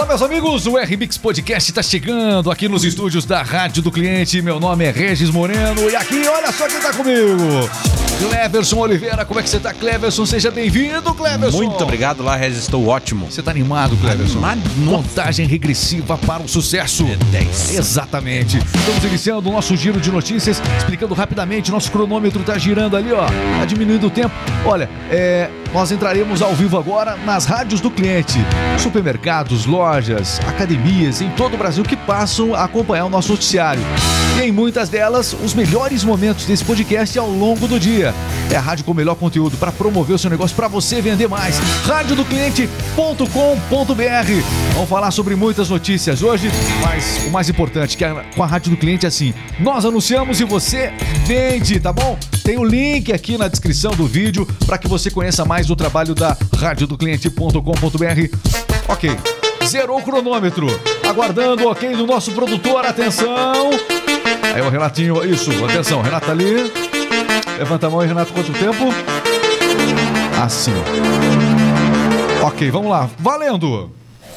Fala, meus amigos, o R-Mix Podcast está chegando aqui nos estúdios da Rádio do Cliente. Meu nome é Regis Moreno e aqui, olha só quem tá comigo. Cleverson Oliveira, como é que você tá, Cleverson? Seja bem-vindo, Cleverson. Muito obrigado lá, Regis, estou ótimo. Você tá animado, Cleverson? Contagem regressiva para o sucesso. 10. Exatamente. Estamos iniciando o nosso giro de notícias, explicando rapidamente, nosso cronômetro tá girando ali, ó, tá diminuindo o tempo. Olha, nós entraremos ao vivo agora nas rádios do cliente, supermercados, lojas, academias em todo o Brasil que passam a acompanhar o nosso noticiário. E em muitas delas, os melhores momentos desse podcast ao longo do dia. É a rádio com o melhor conteúdo para promover o seu negócio, para você vender mais. radiodocliente.com.br. Vamos falar sobre muitas notícias hoje, mas o mais importante que com a Rádio do Cliente é assim, nós anunciamos e você vende, tá bom? Tem o link aqui na descrição do vídeo para que você conheça mais do trabalho da radiodocliente.com.br. Ok, zerou o cronômetro. Aguardando o ok do nosso produtor, atenção. Aí o Renatinho, isso, atenção, Renato tá ali. Levanta a mão aí, Renato, quanto tempo? Assim. Ok, vamos lá, valendo!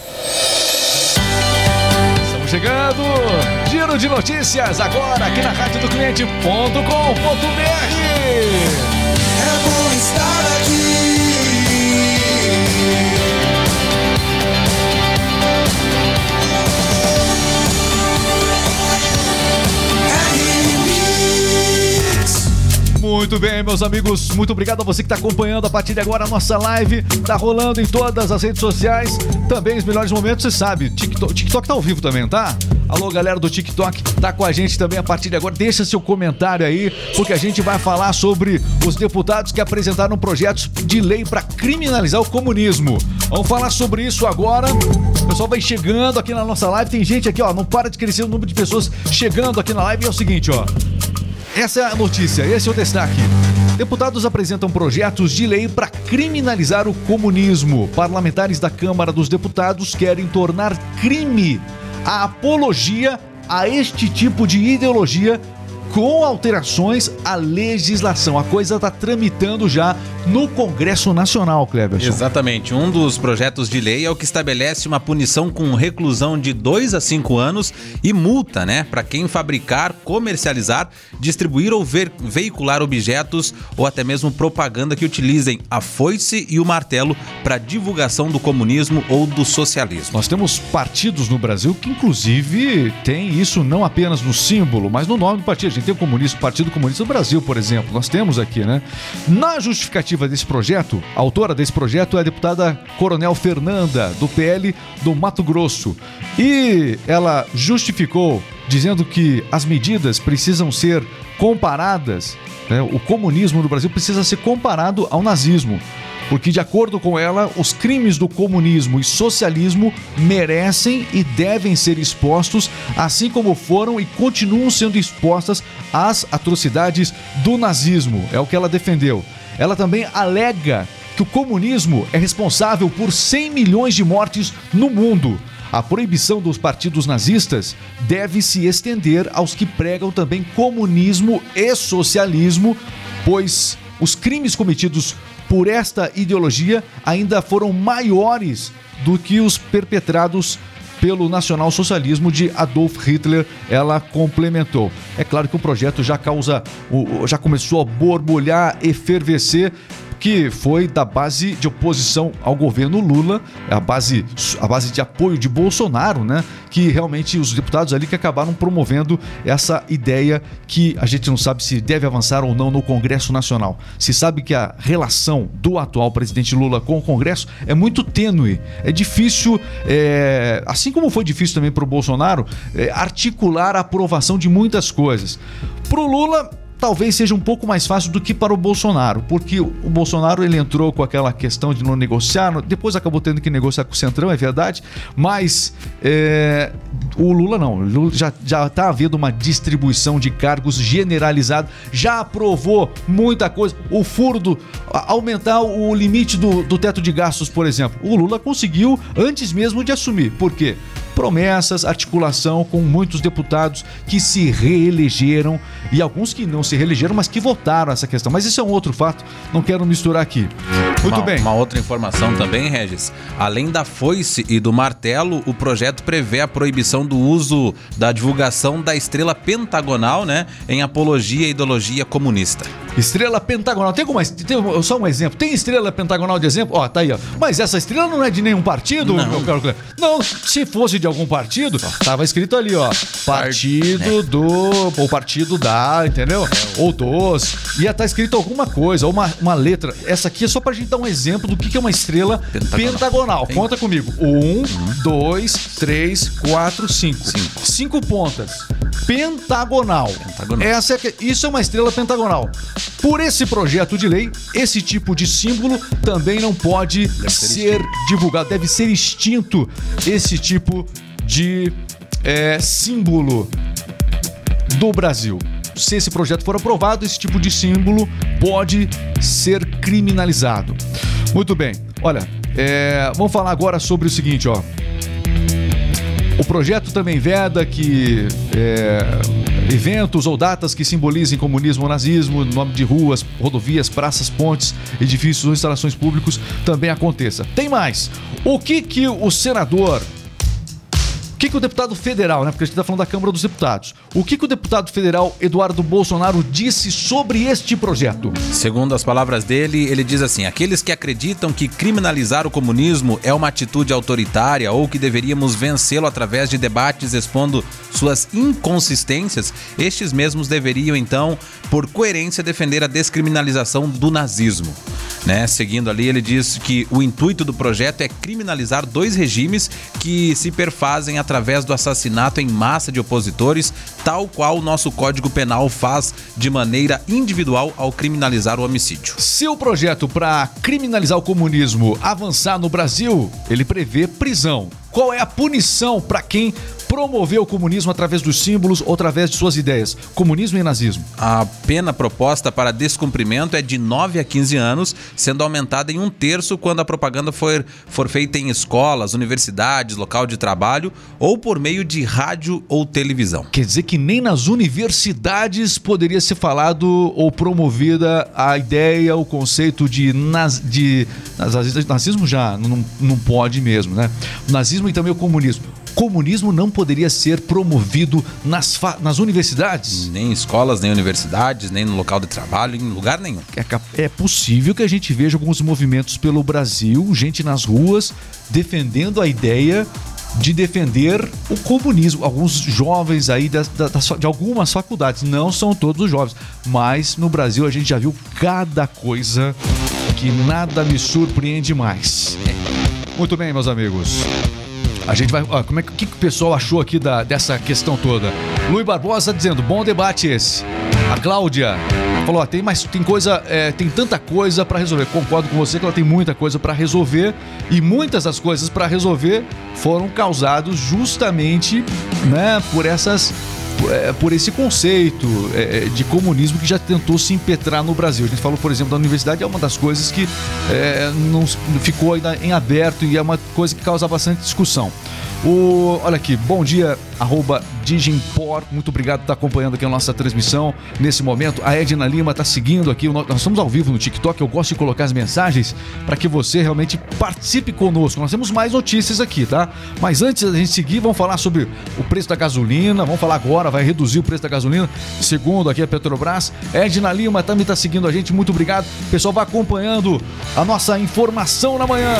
Estamos chegando! Giro de notícias agora aqui na radiodocliente.com.br. É bom estar aqui. Muito bem, meus amigos, muito obrigado a você que está acompanhando a partir de agora a nossa live, tá rolando em todas as redes sociais, também os melhores momentos, você sabe, TikTok tá ao vivo também, tá? Alô, galera do TikTok, tá com a gente também a partir de agora, deixa seu comentário aí, porque a gente vai falar sobre os deputados que apresentaram projetos de lei para criminalizar o comunismo. Vamos falar sobre isso agora, o pessoal vai chegando aqui na nossa live, tem gente aqui, ó, não para de crescer o número de pessoas chegando aqui na live, e é o seguinte, ó. Essa é a notícia, esse é o destaque. Deputados apresentam projetos de lei para criminalizar o comunismo. Parlamentares da Câmara dos Deputados querem tornar crime a apologia a este tipo de ideologia com alterações à legislação. A coisa está tramitando já no Congresso Nacional, Cleverson. Exatamente. Um dos projetos de lei é o que estabelece uma punição com reclusão de 2 a 5 anos e multa, né, para quem fabricar, comercializar, distribuir ou veicular objetos ou até mesmo propaganda que utilizem a foice e o martelo para divulgação do comunismo ou do socialismo. Nós temos partidos no Brasil que, inclusive, tem isso não apenas no símbolo, mas no nome do partido. A gente tem o Partido Comunista do Brasil, por exemplo. Nós temos aqui, né? Na justificativa desse projeto, a autora desse projeto é a deputada Coronel Fernanda, do PL do Mato Grosso. E ela justificou dizendo que as medidas precisam ser comparadas, né? O comunismo no Brasil precisa ser comparado ao nazismo. Porque, de acordo com ela, os crimes do comunismo e socialismo merecem e devem ser expostos, assim como foram e continuam sendo expostas às atrocidades do nazismo. É o que ela defendeu. Ela também alega que o comunismo é responsável por 100 milhões de mortes no mundo. A proibição dos partidos nazistas deve se estender aos que pregam também comunismo e socialismo, pois os crimes cometidos por esta ideologia ainda foram maiores do que os perpetrados pelo nacionalsocialismo de Adolf Hitler, ela complementou. É claro que o projeto já começou a borbulhar, efervescer, que foi da base de oposição ao governo Lula, a base de apoio de Bolsonaro, né? Que realmente os deputados ali que acabaram promovendo essa ideia que a gente não sabe se deve avançar ou não no Congresso Nacional. Se sabe que a relação do atual presidente Lula com o Congresso é muito tênue, é difícil, assim como foi difícil também para o Bolsonaro, articular a aprovação de muitas coisas. Para o Lula, talvez seja um pouco mais fácil do que para o Bolsonaro, porque o Bolsonaro ele entrou com aquela questão de não negociar, depois acabou tendo que negociar com o Centrão, é verdade, mas o Lula não, o Lula já está havendo uma distribuição de cargos generalizada, já aprovou muita coisa, o furo aumentar o limite do teto de gastos, por exemplo, o Lula conseguiu antes mesmo de assumir, por quê? Promessas, articulação com muitos deputados que se reelegeram e alguns que não se reelegeram, mas que votaram essa questão. Mas isso é um outro fato, não quero misturar aqui. Muito bem. Uma outra informação também, Regis. Além da foice e do martelo, o projeto prevê a proibição do uso da divulgação da estrela pentagonal, né, em apologia à ideologia comunista. Estrela pentagonal. Tem só um exemplo. Tem estrela pentagonal de exemplo? Ó, tá aí, ó. Mas essa estrela não é de nenhum partido, meu caro colega? Não, se fosse de algum partido, tava escrito ali, ó. Partido do... Ou partido da, entendeu? Ou dos. Ia estar escrito alguma coisa, ou uma letra. Essa aqui é só pra gente dar um exemplo do que é uma estrela pentagonal. Conta comigo. 1, 2, 3, 4, 5. 5 pontas. Pentagonal. Isso é uma estrela pentagonal. Por esse projeto de lei, esse tipo de símbolo também não pode ser divulgado. Deve ser extinto esse tipo de símbolo do Brasil. Se esse projeto for aprovado, esse tipo de símbolo pode ser criminalizado. Muito bem. Olha, vamos falar agora sobre o seguinte, ó. O projeto também veda que eventos ou datas que simbolizem comunismo ou nazismo, no nome de ruas, rodovias, praças, pontes, edifícios ou instalações públicos também aconteça. Tem mais. O que o senador... O que o deputado federal, né? Porque a gente está falando da Câmara dos Deputados. O que o deputado federal Eduardo Bolsonaro disse sobre este projeto? Segundo as palavras dele, ele diz assim: aqueles que acreditam que criminalizar o comunismo é uma atitude autoritária ou que deveríamos vencê-lo através de debates expondo suas inconsistências, estes mesmos deveriam, então, por coerência, defender a descriminalização do nazismo. Né? Seguindo ali, ele diz que o intuito do projeto é criminalizar 2 regimes que se perfazem através do assassinato em massa de opositores, tal qual o nosso Código Penal faz de maneira individual ao criminalizar o homicídio. Se o projeto para criminalizar o comunismo avançar no Brasil, ele prevê prisão. Qual é a punição para quem promoveu o comunismo através dos símbolos ou através de suas ideias? Comunismo e nazismo. A pena proposta para descumprimento é de 9 a 15 anos, sendo aumentada em 1/3 quando a propaganda for feita em escolas, universidades, local de trabalho ou por meio de rádio ou televisão. Quer dizer que nem nas universidades poderia ser falado ou promovida a ideia, o conceito de nazismo já não pode mesmo, né? O nazismo e também o comunismo. Comunismo não poderia ser promovido nas universidades? Nem em escolas, nem universidades, nem no local de trabalho, em lugar nenhum. É possível que a gente veja alguns movimentos pelo Brasil, gente nas ruas defendendo a ideia de defender o comunismo. Alguns jovens aí de algumas faculdades, não são todos os jovens, mas no Brasil a gente já viu cada coisa que nada me surpreende mais. Muito bem, meus amigos. A gente vai... o que o pessoal achou aqui dessa questão toda? Luiz Barbosa dizendo, bom debate esse. A Cláudia falou, tem coisa, tem tanta coisa para resolver. Concordo com você que ela tem muita coisa para resolver e muitas das coisas para resolver foram causadas justamente, né, por esse conceito de comunismo que já tentou se impetrar no Brasil. A gente falou, por exemplo, da universidade, é uma das coisas que não ficou ainda em aberto e é uma coisa que causa bastante discussão. Olha aqui, bom dia, @Digimpor, muito obrigado por estar acompanhando aqui a nossa transmissão nesse momento. A Edna Lima está seguindo aqui, nós estamos ao vivo no TikTok, eu gosto de colocar as mensagens para que você realmente participe conosco. Nós temos mais notícias aqui, tá? Mas antes da gente seguir, vamos falar sobre o preço da gasolina, vamos falar agora, vai reduzir o preço da gasolina, segundo aqui a Petrobras. Edna Lima também está seguindo a gente, muito obrigado. O pessoal vai acompanhando a nossa informação na manhã.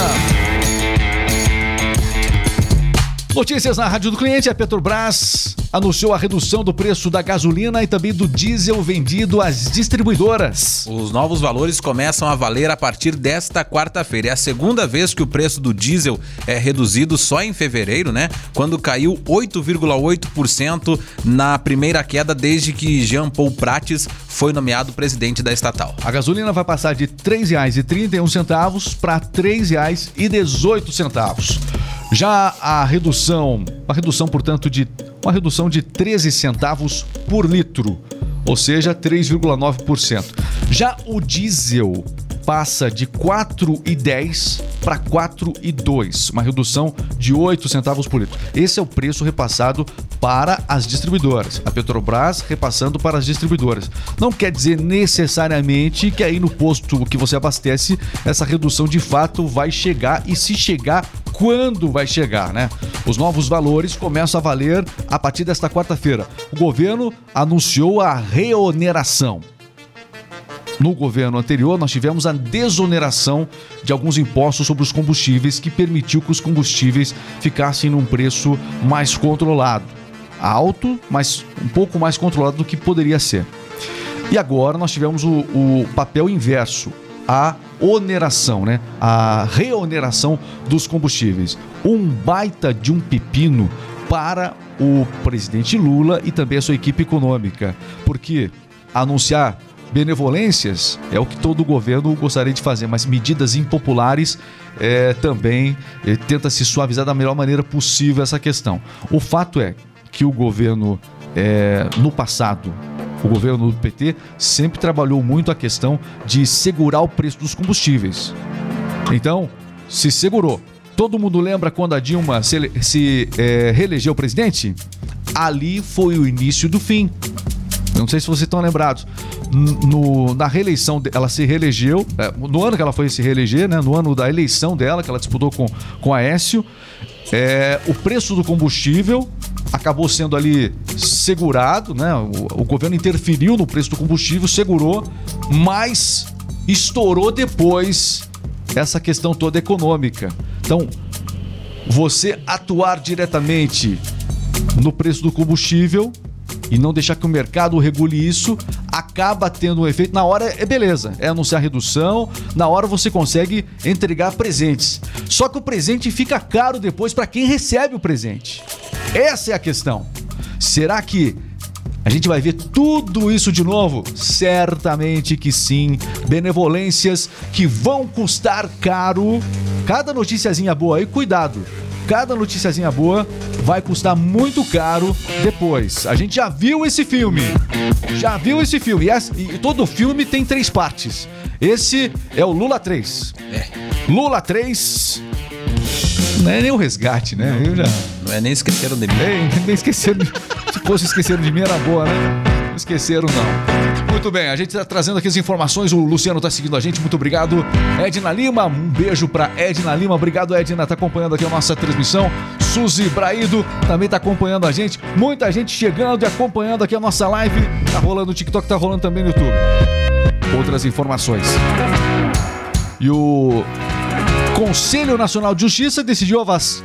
Notícias na Rádio do Cliente. A Petrobras anunciou a redução do preço da gasolina e também do diesel vendido às distribuidoras. Os novos valores começam a valer a partir desta quarta-feira. É a segunda vez que o preço do diesel é reduzido, só em fevereiro, né? Quando caiu 8,8% na primeira queda desde que Jean Paul Prates foi nomeado presidente da estatal. A gasolina vai passar de R$ 3,31 para R$ 3,18. Já uma redução, portanto, uma redução de 13 centavos por litro, ou seja, 3,9%. Já o diesel passa de 4,10 para 4,2, uma redução de 8 centavos por litro. Esse é o preço repassado para as distribuidoras. A Petrobras repassando para as distribuidoras. Não quer dizer necessariamente que aí no posto que você abastece, essa redução de fato vai chegar, e se chegar, quando vai chegar, né? Os novos valores começam a valer a partir desta quarta-feira. O governo anunciou a reoneração. No governo anterior, nós tivemos a desoneração de alguns impostos sobre os combustíveis, que permitiu que os combustíveis ficassem num preço mais controlado. Alto, mas um pouco mais controlado do que poderia ser. E agora nós tivemos o papel inverso, a oneração, né? A reoneração dos combustíveis. Um baita de um pepino para o presidente Lula e também a sua equipe econômica. Porque anunciar benevolências é o que todo governo gostaria de fazer, mas medidas impopulares também tenta se suavizar da melhor maneira possível essa questão. O fato é que o governo, no passado, o governo do PT sempre trabalhou muito a questão de segurar o preço dos combustíveis. Então, se segurou. Todo mundo lembra quando a Dilma se reelegeu presidente? Ali foi o início do fim. Não sei se vocês estão lembrados. Na reeleição, ela se reelegeu, no ano que ela foi se reeleger, né, no ano da eleição dela, que ela disputou com Aécio, o preço do combustível acabou sendo ali segurado, né? O governo interferiu no preço do combustível, segurou, mas estourou depois essa questão toda econômica. Então, você atuar diretamente no preço do combustível e não deixar que o mercado regule isso, acaba tendo um efeito. Na hora beleza, anunciar redução, na hora você consegue entregar presentes. Só que o presente fica caro depois para quem recebe o presente. Essa é a questão. Será que a gente vai ver tudo isso de novo? Certamente que sim. Benevolências que vão custar caro. Cada noticiazinha boa aí, cuidado. Cada noticiazinha boa vai custar muito caro depois. A gente já viu esse filme. E todo filme tem 3 partes. Esse é o Lula 3. Lula 3. Não é nem o resgate, né? Não é nem esqueceram de mim. Nem esqueceram. Se fosse esqueceram de mim, era boa, né? Não esqueceram, não. Muito bem, a gente está trazendo aqui as informações. O Luciano está seguindo a gente. Muito obrigado. Edna Lima, um beijo para Edna Lima. Obrigado, Edna. Está acompanhando aqui a nossa transmissão. Suzy Braído também está acompanhando a gente. Muita gente chegando e acompanhando aqui a nossa live. Tá rolando no TikTok, tá rolando também no YouTube. Outras informações. E o Conselho Nacional de Justiça decidiu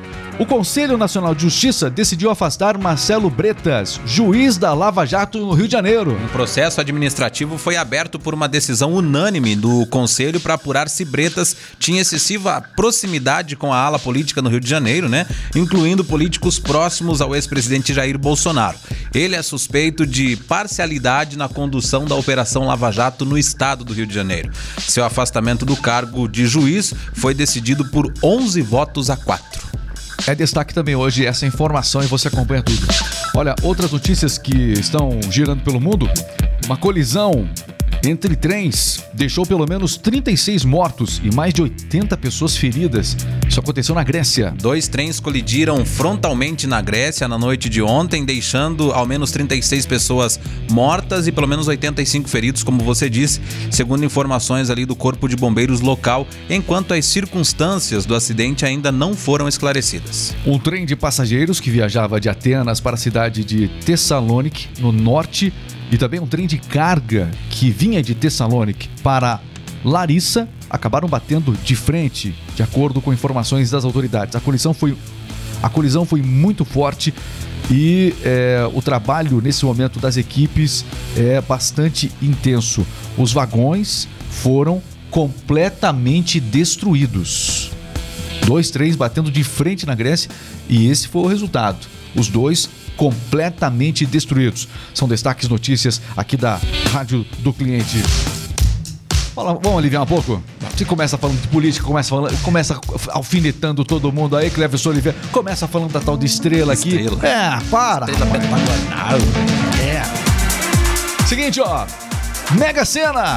afastar Marcelo Bretas, juiz da Lava Jato no Rio de Janeiro. Um processo administrativo foi aberto por uma decisão unânime do Conselho para apurar se Bretas tinha excessiva proximidade com a ala política no Rio de Janeiro, né? Incluindo políticos próximos ao ex-presidente Jair Bolsonaro. Ele é suspeito de parcialidade na condução da Operação Lava Jato no estado do Rio de Janeiro. Seu afastamento do cargo de juiz foi decidido por 11 votos a 4. É destaque também hoje essa informação e você acompanha tudo. Olha, outras notícias que estão girando pelo mundo. Uma colisão entre trens deixou pelo menos 36 mortos e mais de 80 pessoas feridas. Isso aconteceu na Grécia. 2 trens colidiram frontalmente na Grécia na noite de ontem, deixando ao menos 36 pessoas mortas e pelo menos 85 feridos, como você disse, segundo informações ali do Corpo de Bombeiros local, enquanto as circunstâncias do acidente ainda não foram esclarecidas. Um trem de passageiros que viajava de Atenas para a cidade de Tessalônica, no norte, e também um trem de carga que vinha de Tessalônica para Larissa, acabaram batendo de frente, de acordo com informações das autoridades. A colisão foi muito forte e o trabalho nesse momento das equipes é bastante intenso. Os vagões foram completamente destruídos. 2 trens batendo de frente na Grécia e esse foi o resultado. Os 2 completamente destruídos. São destaques, notícias aqui da Rádio do Cliente. Vamos aliviar um pouco? Você começa falando de política, começa alfinetando todo mundo aí, Cleverson Oliveira, começa falando da tal de estrela aqui. Para! Seguinte, ó. Mega Sena.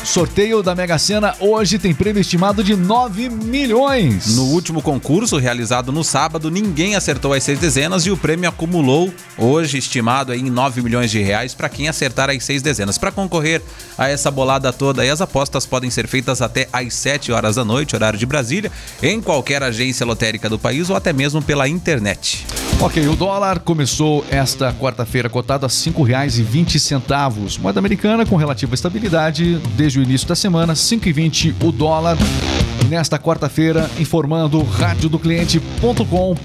sorteio da Mega Sena hoje tem prêmio estimado de 9 milhões. No último concurso, realizado no sábado, ninguém acertou as 6 dezenas e o prêmio acumulou, hoje estimado em 9 milhões de reais para quem acertar as 6 dezenas. Para concorrer a essa bolada toda, as apostas podem ser feitas até às 7 horas da noite, horário de Brasília, em qualquer agência lotérica do país ou até mesmo pela internet. Ok, o dólar começou esta quarta-feira cotado a R$ 5,20. Moeda americana com relativa estabilidade desde o início da semana, 5,20 o dólar. Nesta quarta-feira, informando radiodocliente.com.br.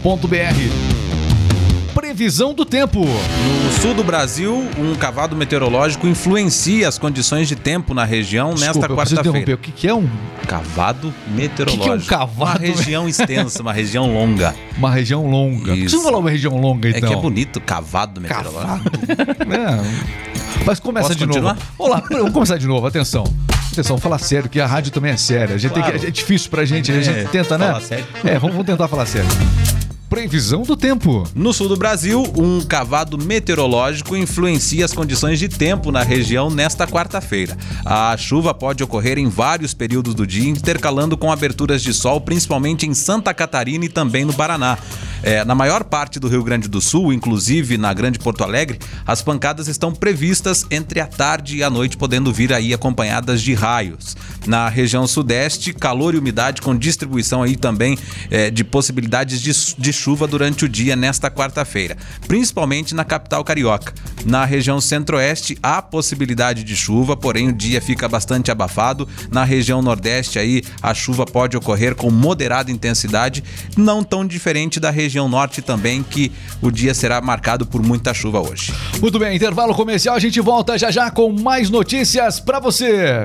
Previsão do tempo. No sul do Brasil, um cavado meteorológico influencia as condições de tempo na região nesta quarta-feira. O que é um cavado meteorológico? O que é um cavado? Uma região extensa, uma região longa. Uma região longa. Por que você falar uma região longa, então? É que é bonito, cavado meteorológico. Mas começa Posso de continuar? novo. Olá, vamos começar de novo, atenção. Atenção, vamos falar sério, que a rádio também é séria. A gente Claro. é difícil pra gente, a gente tenta, né? falar sério. Vamos tentar falar sério. Previsão do tempo. No sul do Brasil, um cavado meteorológico influencia as condições de tempo na região nesta quarta-feira. A chuva pode ocorrer em vários períodos do dia, intercalando com aberturas de sol, principalmente em Santa Catarina e também no Paraná. Na maior parte do Rio Grande do Sul, inclusive na Grande Porto Alegre, as pancadas estão previstas entre a tarde e a noite, podendo vir aí acompanhadas de raios. Na região sudeste, calor e umidade com distribuição aí também de possibilidades de chuva durante o dia nesta quarta-feira, principalmente na capital carioca. Na região centro-oeste há possibilidade de chuva, porém o dia fica bastante abafado. Na região nordeste aí a chuva pode ocorrer com moderada intensidade, não tão diferente da região norte também, que o dia será marcado por muita chuva hoje. Muito bem, intervalo comercial, a gente volta já já com mais notícias pra você.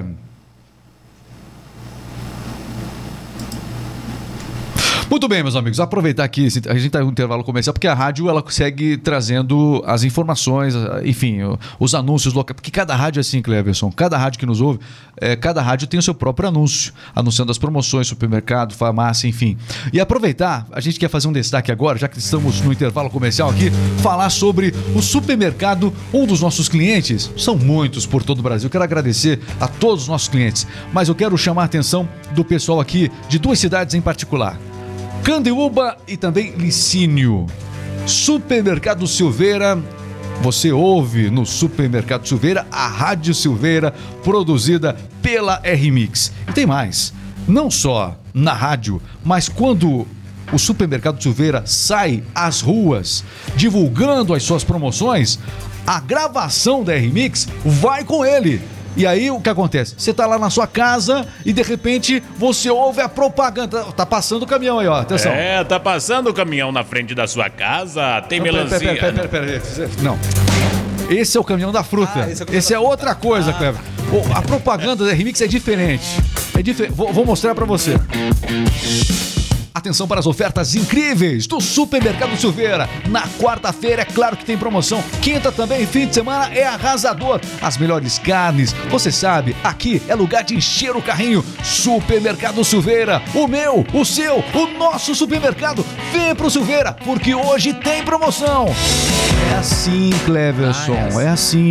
Muito bem, meus amigos, aproveitar que a gente está no intervalo comercial, porque a rádio ela segue trazendo as informações, enfim, os anúncios locais, porque cada rádio é assim, Cleverson, cada rádio que nos ouve, cada rádio tem o seu próprio anúncio, anunciando as promoções, supermercado, farmácia, enfim. E aproveitar, a gente quer fazer um destaque agora, já que estamos no intervalo comercial aqui, falar sobre o supermercado, um dos nossos clientes, são muitos por todo o Brasil, quero agradecer a todos os nossos clientes, mas eu quero chamar a atenção do pessoal aqui de 2 cidades em particular. Candeúba e também Licínio. Supermercado Silveira, você ouve no Supermercado Silveira a Rádio Silveira, produzida pela R-Mix. E tem mais, não só na rádio, mas quando o Supermercado Silveira sai às ruas divulgando as suas promoções, a gravação da R-Mix vai com ele. E aí o que acontece? Você tá lá na sua casa e de repente você ouve a propaganda. Tá passando o caminhão aí, ó. Atenção. Tá passando o caminhão na frente da sua casa. Tem melancia. Pera. Não. Esse é o caminhão da fruta. Esse é outra coisa, Cleber. A propaganda da R-Mix é diferente. Vou mostrar pra você. Atenção para as ofertas incríveis do Supermercado Silveira. Na quarta-feira, é claro que tem promoção. Quinta também, fim de semana é arrasador. As melhores carnes, você sabe, aqui é lugar de encher o carrinho. Supermercado Silveira, o meu, o seu, o nosso supermercado. Vem pro Silveira, porque hoje tem promoção. É assim, Cleverson, é assim.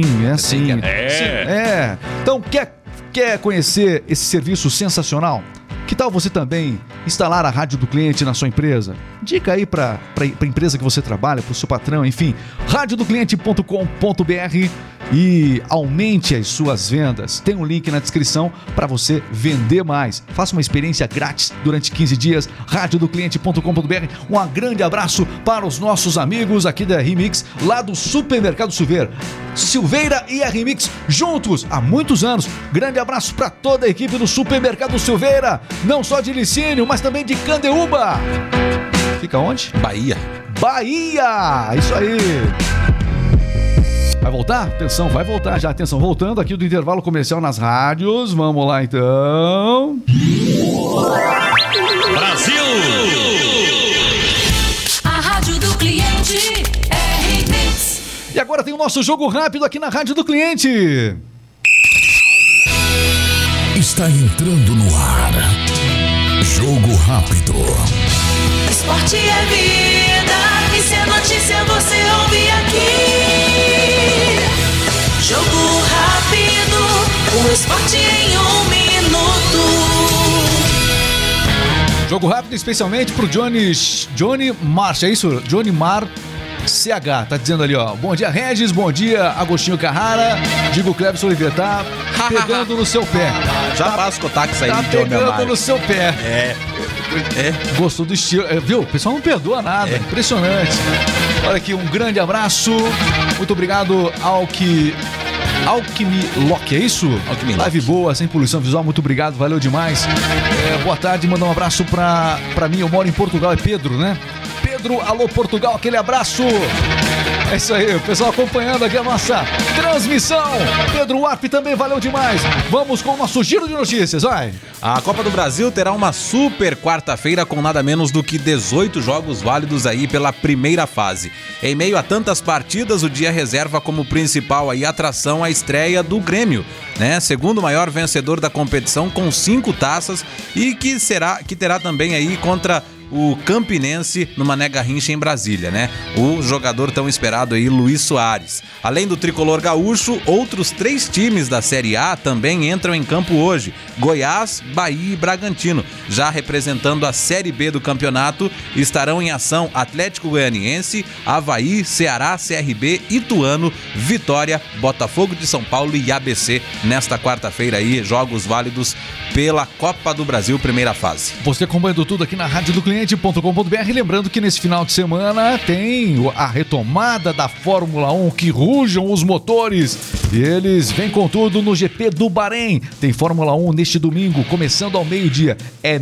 Então, quer conhecer esse serviço sensacional? Que tal você também instalar a Rádio do Cliente na sua empresa? Dica aí para a empresa que você trabalha, para o seu patrão, enfim. radiodocliente.com.br e aumente as suas vendas. Tem um link na descrição para você vender mais. Faça uma experiência grátis durante 15 dias. radiodocliente.com.br. Um grande abraço para os nossos amigos aqui da R-Mix, lá do Supermercado Silveira. Silveira e a R-Mix juntos há muitos anos. Grande abraço para toda a equipe do Supermercado Silveira, não só de Licínio, mas também de Candeúba. Fica onde? Bahia. Isso aí. Vai voltar? Atenção, vai voltar já. Atenção, voltando aqui do intervalo comercial nas rádios. Vamos lá, então. Brasil! A Rádio do Cliente R-Mix. E agora tem o nosso jogo rápido aqui na Rádio do Cliente. Está entrando no ar. Jogo rápido. Esporte é vida, e se é notícia você ouve aqui. Jogo rápido, o esporte em 1 minuto. Jogo rápido, especialmente pro Johnny Marcha, é isso? Johnny Mar CH, tá dizendo ali, ó. Bom dia, Regis, bom dia, Agostinho Carrara. Digo, Cleves Oliveira, tá pegando no seu pé. Já passa o táxi aí, Tá Johnny pegando Mar. no seu pé. É. Gostou do estilo, viu? O pessoal não perdoa nada, impressionante. Olha aqui, um grande abraço. Muito obrigado Alquimi Lock, é isso? Alquimi Lock. Live boa, sem poluição visual, muito obrigado, valeu demais. Boa tarde, mandar um abraço pra mim, eu moro em Portugal, é Pedro, né? Pedro, alô Portugal, aquele abraço. É isso aí, o pessoal acompanhando aqui a nossa transmissão. Pedro Warp também, valeu demais. Vamos com o nosso giro de notícias, vai. A Copa do Brasil terá uma super quarta-feira com nada menos do que 18 jogos válidos aí pela primeira fase. Em meio a tantas partidas, o dia reserva como principal aí atração a estreia do Grêmio, né? Segundo maior vencedor da competição com 5 taças e que terá também aí contra o Campinense no Mané Garrincha em Brasília, né? O jogador tão esperado aí, Luiz Soares. Além do tricolor gaúcho, outros 3 times da Série A também entram em campo hoje: Goiás, Bahia e Bragantino. Já representando a Série B do campeonato, estarão em ação Atlético Goianiense, Avaí, Ceará, CRB, Ituano, Vitória, Botafogo de São Paulo e ABC nesta quarta-feira aí, jogos válidos pela Copa do Brasil, primeira fase. Você acompanhando tudo aqui na Rádio do Cliente.com.br. Lembrando que nesse final de semana tem a retomada da Fórmula 1, que rujam os motores. E eles vêm com tudo no GP do Bahrein. Tem Fórmula 1 neste domingo, começando ao meio-dia.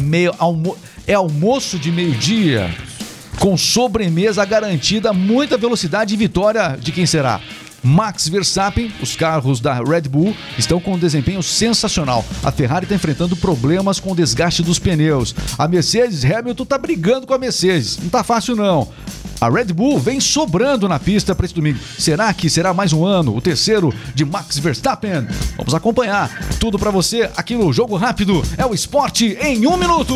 É almoço de meio-dia, com sobremesa garantida, muita velocidade e vitória de quem será? Max Verstappen. Os carros da Red Bull estão com um desempenho sensacional. A Ferrari está enfrentando problemas com o desgaste dos pneus. A Mercedes, Hamilton está brigando com a Mercedes. Não tá fácil não. A Red Bull vem sobrando na pista para esse domingo. Será que será mais um ano, o terceiro de Max Verstappen? Vamos acompanhar tudo para você aqui no Jogo Rápido. É o esporte em 1 minuto.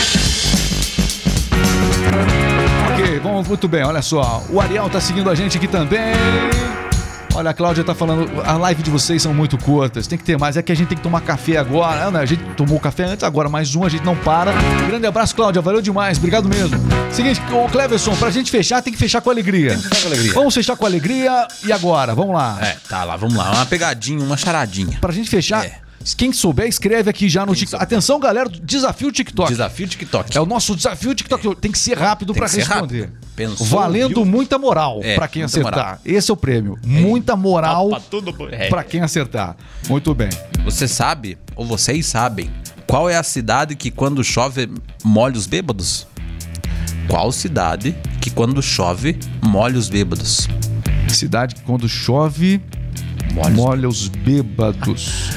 Ok, vamos muito bem. Olha só, o Ariel tá seguindo a gente aqui também. Olha, a Cláudia tá falando, a live de vocês são muito curtas, tem que ter mais, é que a gente tem que tomar café agora, né? A gente tomou café antes, agora mais um, a gente não para. Grande abraço, Cláudia, valeu demais, obrigado mesmo. Seguinte, ô Cleverson, pra gente fechar, tem que fechar com alegria. Tem que fechar com alegria. Vamos fechar com alegria, e agora? Vamos lá. Tá lá, vamos lá, uma pegadinha, uma charadinha. Pra gente fechar... Quem souber, escreve aqui já no TikTok. Atenção, galera, do Desafio TikTok. Desafio TikTok. É o nosso Desafio TikTok. Tem que ser rápido pra responder. Rápido. Pensou, valendo viu? Muita moral pra quem acertar. Moral. Esse é o prêmio. Muita moral tudo bom. pra quem acertar. Muito bem. Você sabe, ou vocês sabem, qual é a cidade que quando chove molha os bêbados? Qual cidade que quando chove molha os bêbados? Cidade que quando chove molha os bêbados.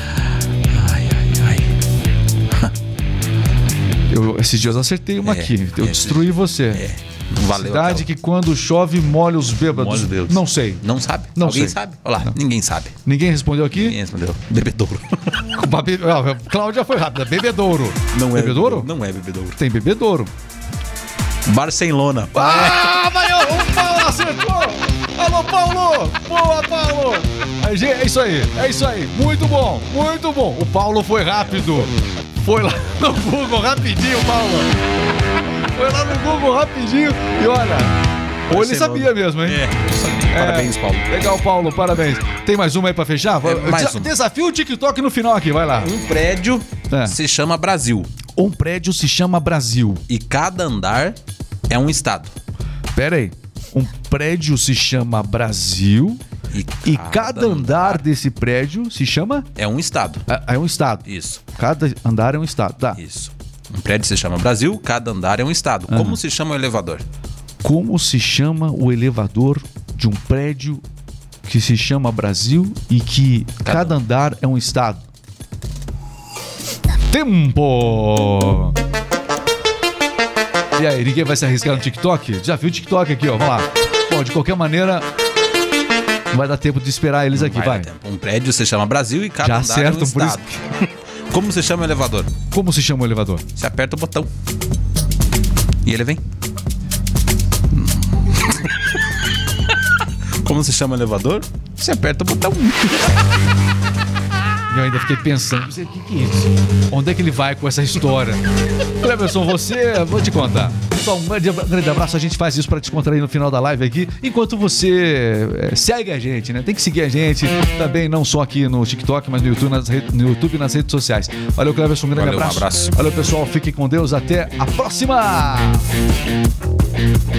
Esses dias eu acertei uma aqui. Eu destruí você. Não valeu. Cidade que quando chove molha os bêbados. Molha os bêbados. Não sei. Não sabe? Não Alguém sei. sabe? Olha lá, Não. ninguém sabe. Ninguém respondeu aqui? Ninguém respondeu. Bebedouro. Cláudia foi rápida. Bebedouro. Não é Bebedouro? Não é bebedouro. Tem bebedouro. Barcelona. Valeu! O Paulo acertou! Alô, Paulo! Boa, Paulo! É isso aí, é isso aí. Muito bom, muito bom. O Paulo foi rápido. Foi lá no Google rapidinho, Paulo. Foi lá no Google rapidinho e olha, ou ele sabia mesmo, hein? Parabéns, Paulo. Legal, Paulo, parabéns. Tem mais uma aí pra fechar? Mais uma. Desafio o TikTok no final aqui, vai lá. Um prédio se chama Brasil. Um prédio se chama Brasil. E cada andar é um estado. Pera aí. Um prédio se chama Brasil e cada andar desse prédio se chama? É um estado. É um estado. Isso. Cada andar é um estado, tá? Isso. Um prédio se chama Brasil, cada andar é um estado. Como se chama o elevador? Como se chama o elevador de um prédio que se chama Brasil e que cada andar é um estado? Tempo! E aí, ninguém vai se arriscar no TikTok? Desafio o TikTok aqui, ó. Vamos lá. Bom, de qualquer maneira, não vai dar tempo de esperar eles aqui, vai. Um prédio se chama Brasil e cada andar é um por estado. Como se chama o elevador? Como se chama o elevador? Você aperta o botão e ele vem. Como se chama o elevador? Você aperta o botão 1. Eu ainda fiquei pensando, o que é isso? Onde é que ele vai com essa história? Cleverson, vou te contar. Só um grande abraço, a gente faz isso pra descontrair no final da live aqui, enquanto você segue a gente, né? Tem que seguir a gente também, não só aqui no TikTok, mas no YouTube e nas redes sociais. Valeu, Cleverson, um grande abraço. Um abraço. Valeu, pessoal, fiquem com Deus, até a próxima!